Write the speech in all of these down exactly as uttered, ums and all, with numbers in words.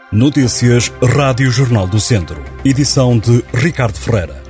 Notícias Rádio Jornal do Centro. Edição de Ricardo Ferreira.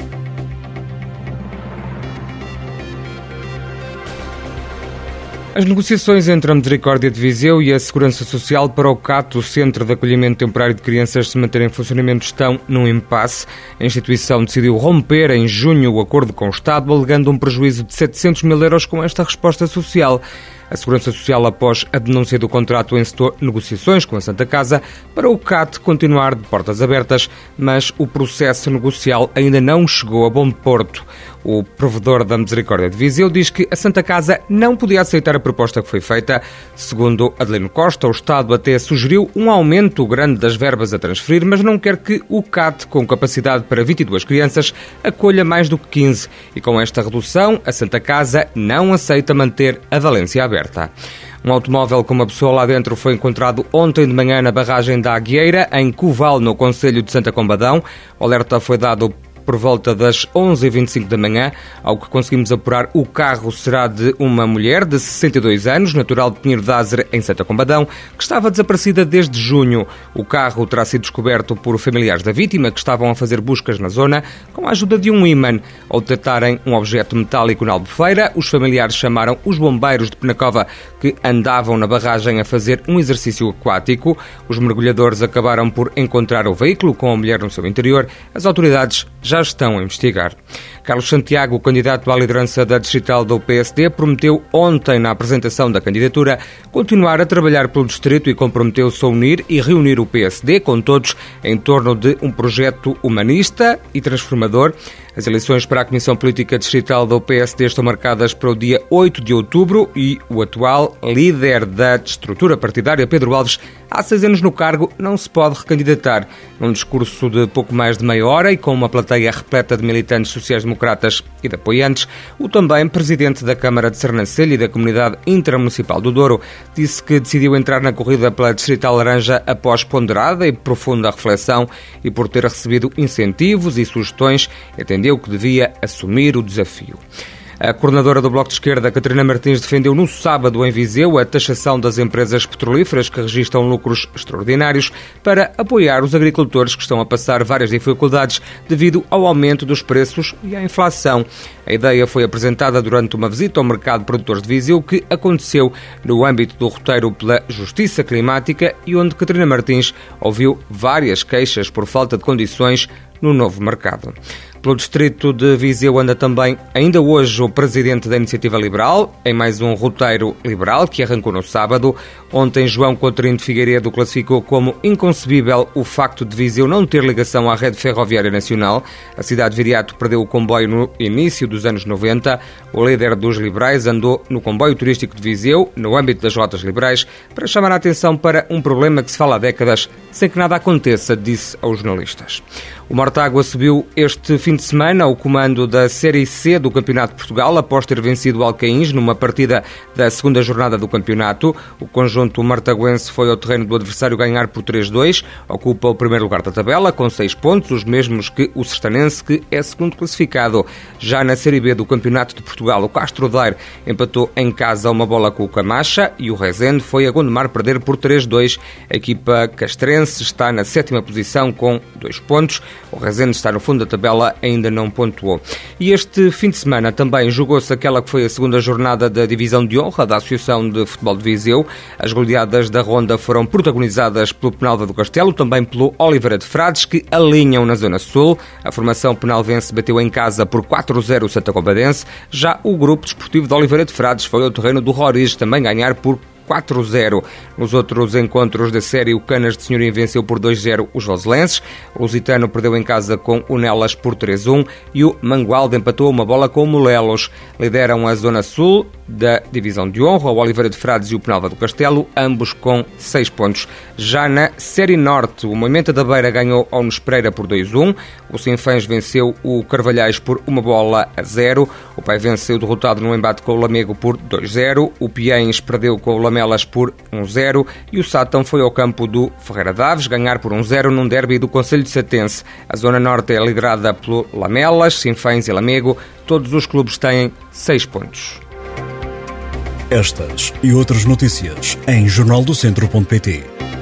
As negociações entre a Misericórdia de Viseu e a Segurança Social para o C A T, o Centro de Acolhimento Temporário de Crianças, se manterem em funcionamento, estão num impasse. A instituição decidiu romper em junho o acordo com o Estado, alegando um prejuízo de setecentos mil euros com esta resposta social. A Segurança Social, após a denúncia do contrato, encetou negociações com a Santa Casa para o C A T continuar de portas abertas, mas o processo negocial ainda não chegou a bom porto. O provedor da Misericórdia de Viseu diz que a Santa Casa não podia aceitar a proposta que foi feita. Segundo Adelino Costa, o Estado até sugeriu um aumento grande das verbas a transferir, mas não quer que o C A T, com capacidade para vinte e duas crianças, acolha mais do que quinze. E com esta redução, a Santa Casa não aceita manter a Valência aberta. Um automóvel com uma pessoa lá dentro foi encontrado ontem de manhã na barragem da Agueira, em Coval, no concelho de Santa Combadão. O alerta foi dado por volta das onze e vinte e cinco da manhã. Ao que conseguimos apurar, o carro será de uma mulher de sessenta e dois anos, natural de Pinheiro de Azer, em Santa Combadão, que estava desaparecida desde junho. O carro terá sido descoberto por familiares da vítima, que estavam a fazer buscas na zona, com a ajuda de um ímã. Ao detectarem um objeto metálico na albufeira, os familiares chamaram os bombeiros de Penacova, que andavam na barragem a fazer um exercício aquático. Os mergulhadores acabaram por encontrar o veículo com a mulher no seu interior. As autoridades já estão a investigar. Carlos Santiago, candidato à liderança da distrital do P S D, prometeu ontem, na apresentação da candidatura, continuar a trabalhar pelo distrito e comprometeu-se a unir e reunir o P S D com todos em torno de um projeto humanista e transformador. As eleições para a Comissão Política Distrital do P S D estão marcadas para o dia oito de outubro e o atual líder da estrutura partidária, Pedro Alves, há seis anos no cargo, não se pode recandidatar. Num discurso de pouco mais de meia hora e com uma plateia repleta de militantes sociais-democratas e de apoiantes, o também presidente da Câmara de Sernancelho e da Comunidade Intramunicipal do Douro disse que decidiu entrar na corrida pela Distrital Laranja após ponderada e profunda reflexão e por ter recebido incentivos e sugestões, entendeu que devia assumir o desafio. A coordenadora do Bloco de Esquerda, Catarina Martins, defendeu no sábado em Viseu a taxação das empresas petrolíferas que registram lucros extraordinários para apoiar os agricultores que estão a passar várias dificuldades devido ao aumento dos preços e à inflação. A ideia foi apresentada durante uma visita ao mercado de produtores de Viseu que aconteceu no âmbito do roteiro pela Justiça Climática e onde Catarina Martins ouviu várias queixas por falta de condições no novo mercado. Pelo distrito de Viseu anda também, ainda hoje, o presidente da Iniciativa Liberal, em mais um roteiro liberal que arrancou no sábado. Ontem, João Coutinho de Figueiredo classificou como inconcebível o facto de Viseu não ter ligação à rede ferroviária nacional. A cidade de Viriato perdeu o comboio no início dos anos noventa. O líder dos liberais andou no comboio turístico de Viseu, no âmbito das rotas liberais, para chamar a atenção para um problema que se fala há décadas, sem que nada aconteça, disse aos jornalistas. O Mortágua subiu este fim de semana ao comando da Série C do Campeonato de Portugal, após ter vencido o Alcaíns numa partida da segunda jornada do campeonato. O conjunto martaguense foi ao terreno do adversário ganhar por três a dois, ocupa o primeiro lugar da tabela, com seis pontos, os mesmos que o Sertanense, que é segundo classificado. Já na Série B do Campeonato de Portugal, o Castro Daire empatou em casa uma bola com o Camacha e o Rezende foi a Gondomar perder por três a dois. A equipa castrense está na sétima posição com dois pontos. O Rezende está no fundo da tabela, ainda não pontuou. E este fim de semana também jogou-se aquela que foi a segunda jornada da Divisão de Honra da Associação de Futebol de Viseu. As goleadas da ronda foram protagonizadas pelo Penalva do Castelo, também pelo Oliveira de Frades, que alinham na Zona Sul. A formação penalvense bateu em casa por quatro a zero o Santa Combadense. Já o grupo desportivo de Oliveira de Frades foi ao terreno do Roriz, também ganhar por quatro a zero. Nos outros encontros da série, o Canas de Senhorim venceu por dois a zero os Voselenses. O Lusitano perdeu em casa com o Nelas por três a um e o Mangualde empatou uma bola com o Molelos. Lideram a Zona Sul da Divisão de Honra, o Oliveira de Frades e o Penalva do Castelo, ambos com seis pontos. Já na Série Norte, o Moimenta da Beira ganhou ao Nunes Pereira por dois a um. O Sinfãs venceu o Carvalhais por uma bola a zero. O Paivense saiu derrotado no embate com o Lamego por dois a zero. O Piens perdeu com o Lamelas por um a zero e o Sátão foi ao campo do Ferreira Daves ganhar por um a zero num derby do Concelho de Satense. A Zona Norte é liderada pelo Lamelas, Sinfãs e Lamego. Todos os clubes têm seis pontos. Estas e outras notícias em jornal do centro ponto pt.